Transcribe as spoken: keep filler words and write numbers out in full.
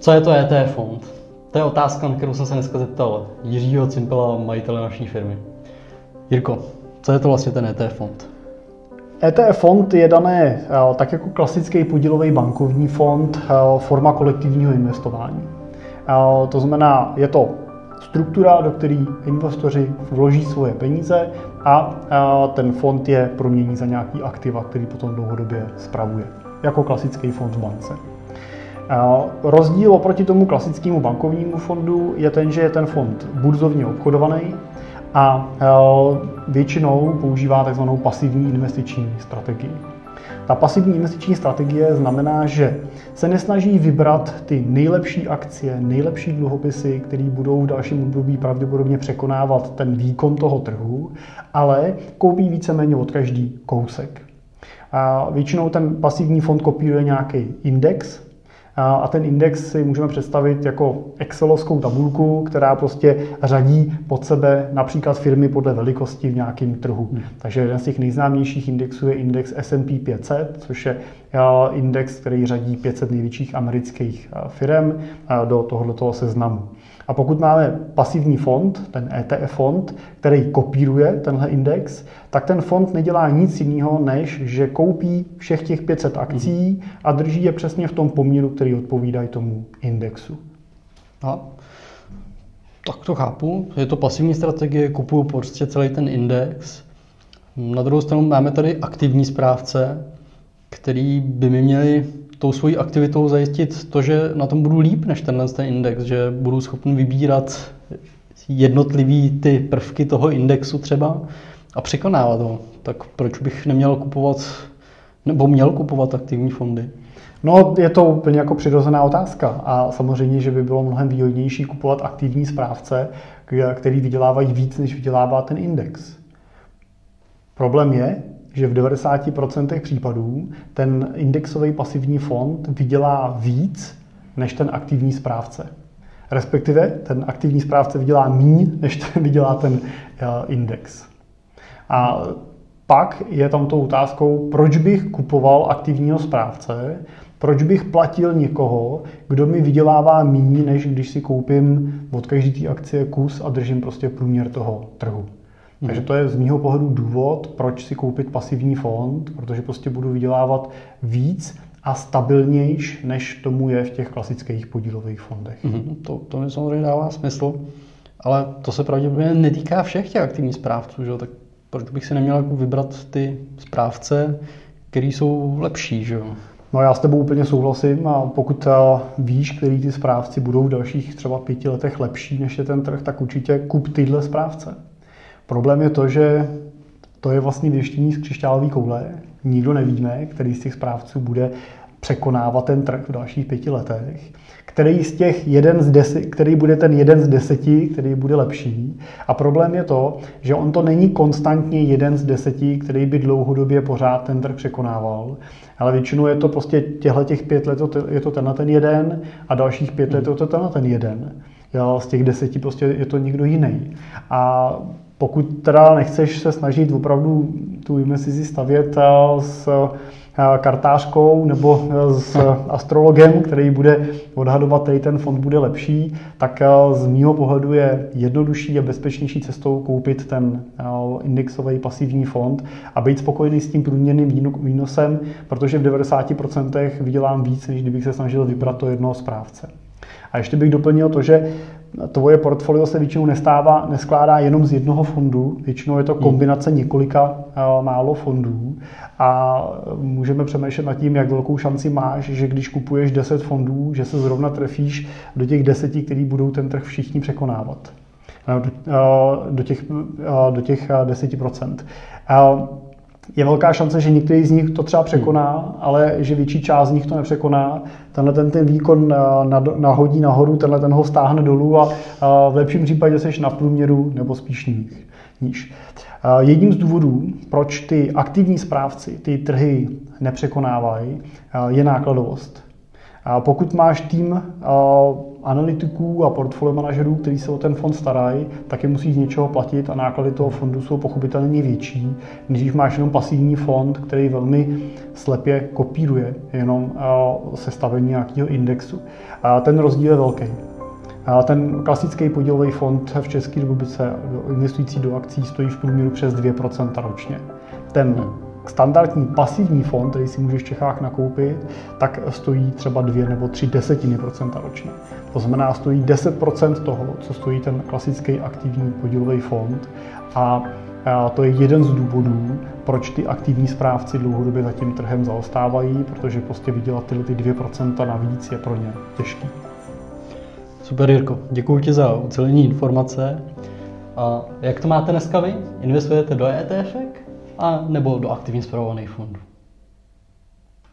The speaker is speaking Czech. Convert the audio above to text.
Co je to E T F fond? To je otázka, na kterou jsem se dneska zeptal Jiřího Cimpela, majitele naší firmy. Jirko, co je to vlastně ten E T F fond? E T F fond je dané tak jako klasický podílový bankovní fond, forma kolektivního investování. To znamená, je to struktura, do které investoři vloží svoje peníze a ten fond je promění za nějaký aktiva, který potom dlouhodobě spravuje, jako klasický fond v bance. Rozdíl oproti tomu klasickému bankovnímu fondu je ten, že je ten fond burzovně obchodovaný a většinou používá tzv. Pasivní investiční strategii. Ta pasivní investiční strategie znamená, že se nesnaží vybrat ty nejlepší akcie, nejlepší dluhopisy, které budou v dalším období pravděpodobně překonávat ten výkon toho trhu, ale koupí víceméně od každý kousek. A většinou ten pasivní fond kopíruje nějaký index, a ten index si můžeme představit jako excelovskou tabulku, která prostě řadí pod sebe například firmy podle velikosti v nějakém trhu. Hmm. Takže jeden z těch nejznámějších indexů je index S and P pět set, což je index, který řadí pět set největších amerických firm do tohoto seznamu. A pokud máme pasivní fond, ten E T F fond, který kopíruje tenhle index, tak ten fond nedělá nic jiného, než že koupí všech těch pět set akcí a drží je přesně v tom poměru, který odpovídají tomu indexu. A, tak to chápu. Je to pasivní strategie, kupuju prostě celý ten index. Na druhou stranu máme tady aktivní správce, který by mi měli tou svojí aktivitou zajistit to, že na tom budu líp než tenhle ten index, že budu schopný vybírat jednotlivý ty prvky toho indexu třeba a překonávat ho. Tak proč bych neměl kupovat, nebo měl kupovat aktivní fondy? No, je to úplně jako přirozená otázka a samozřejmě, že by bylo mnohem výhodnější kupovat aktivní správce, který vydělávají víc, než vydělává ten index. Problém je, že v devadesáti procentech případů ten indexový pasivní fond vydělá víc než ten aktivní správce. Respektive ten aktivní správce vydělá míň, než ten vydělá ten index. A pak je tam tou otázkou, proč bych kupoval aktivního správce, proč bych platil někoho, kdo mi vydělává míň, než když si koupím od každé té akcie kus a držím prostě průměr toho trhu. Takže to je z mýho pohledu důvod, proč si koupit pasivní fond, protože prostě budu vydělávat víc a stabilnějš, než tomu je v těch klasických podílových fondech. Mm-hmm. To, to mi samozřejmě dává smysl, ale to se pravděpodobně netýká všech těch aktivních správců, že? Tak proč bych si neměl vybrat ty správce, který jsou lepší, že? No já s tebou úplně souhlasím a pokud víš, který ty správci budou v dalších třeba pěti letech lepší než je ten trh, tak určitě kup tyhle správce. Problém je to, že to je vlastně věštění z křišťálové koule. Nikdo nevíme, který z těch správců bude překonávat ten trh v dalších pěti letech. Který z těch jeden z deseti, který bude ten jeden z deseti, který bude lepší. A problém je to, že on to není konstantně jeden z deseti, který by dlouhodobě pořád ten trh překonával. Ale většinou je to prostě těchto těch pět let je to tenhle ten jeden a dalších pět let je to tenhle ten jeden. Z těch deseti prostě je to někdo jiný. A pokud teda nechceš se snažit opravdu tu investici stavět s kartářkou nebo s astrologem, který bude odhadovat, který ten fond bude lepší, tak z mýho pohledu je jednodušší a bezpečnější cestou koupit ten indexový pasivní fond a být spokojený s tím průměrným výnosem, protože v devadesáti procentech vydělám víc, než kdybych se snažil vybrat to jednoho správce. A ještě bych doplnil to, že tvoje portfolio se většinou nestává, neskládá jenom z jednoho fondu, většinou je to kombinace několika uh, málo fondů a můžeme přemýšlet nad tím, jak velkou šanci máš, že když kupuješ deset fondů, že se zrovna trefíš do těch deseti, který budou ten trh všichni překonávat. Do, uh, do těch, uh, do těch uh, deseti procent. Uh, Je velká šance, že některý z nich to třeba překoná, ale že větší část z nich to nepřekoná. Tenhle ten, ten výkon nahodí nahoru, tenhle ten ho stáhne dolů a v lepším případě seš na průměru nebo spíš níž. Jedním z důvodů, proč ty aktivní správci ty trhy nepřekonávají, je nákladovost. A pokud máš tým analytiků a portfolio manažerů, kteří se o ten fond starají, tak je musí z něčeho platit a náklady toho fondu jsou pochopitelně větší, než když máš jenom pasivní fond, který velmi slepě kopíruje jenom sestavení nějakého indexu. A ten rozdíl je velký. A ten klasický podílový fond v České republice investující do akcí stojí v průměru přes dvě procenta ročně. Ten standardní pasivní fond, který si můžeš v Čechách nakoupit, tak stojí třeba dvě nebo tři desetiny procenta ročně. To znamená, stojí deset procent toho, co stojí ten klasický aktivní podílový fond. A to je jeden z důvodů, proč ty aktivní správci dlouhodobě za tím trhem zaostávají, protože prostě vydělat tyhle ty dvě procenta navíc je pro ně těžký. Super, Jirko, děkuji ti za ucelené informace. A jak to máte dneska vy? Investujete do E T F ek a nebo do aktivně spravovaných fondů?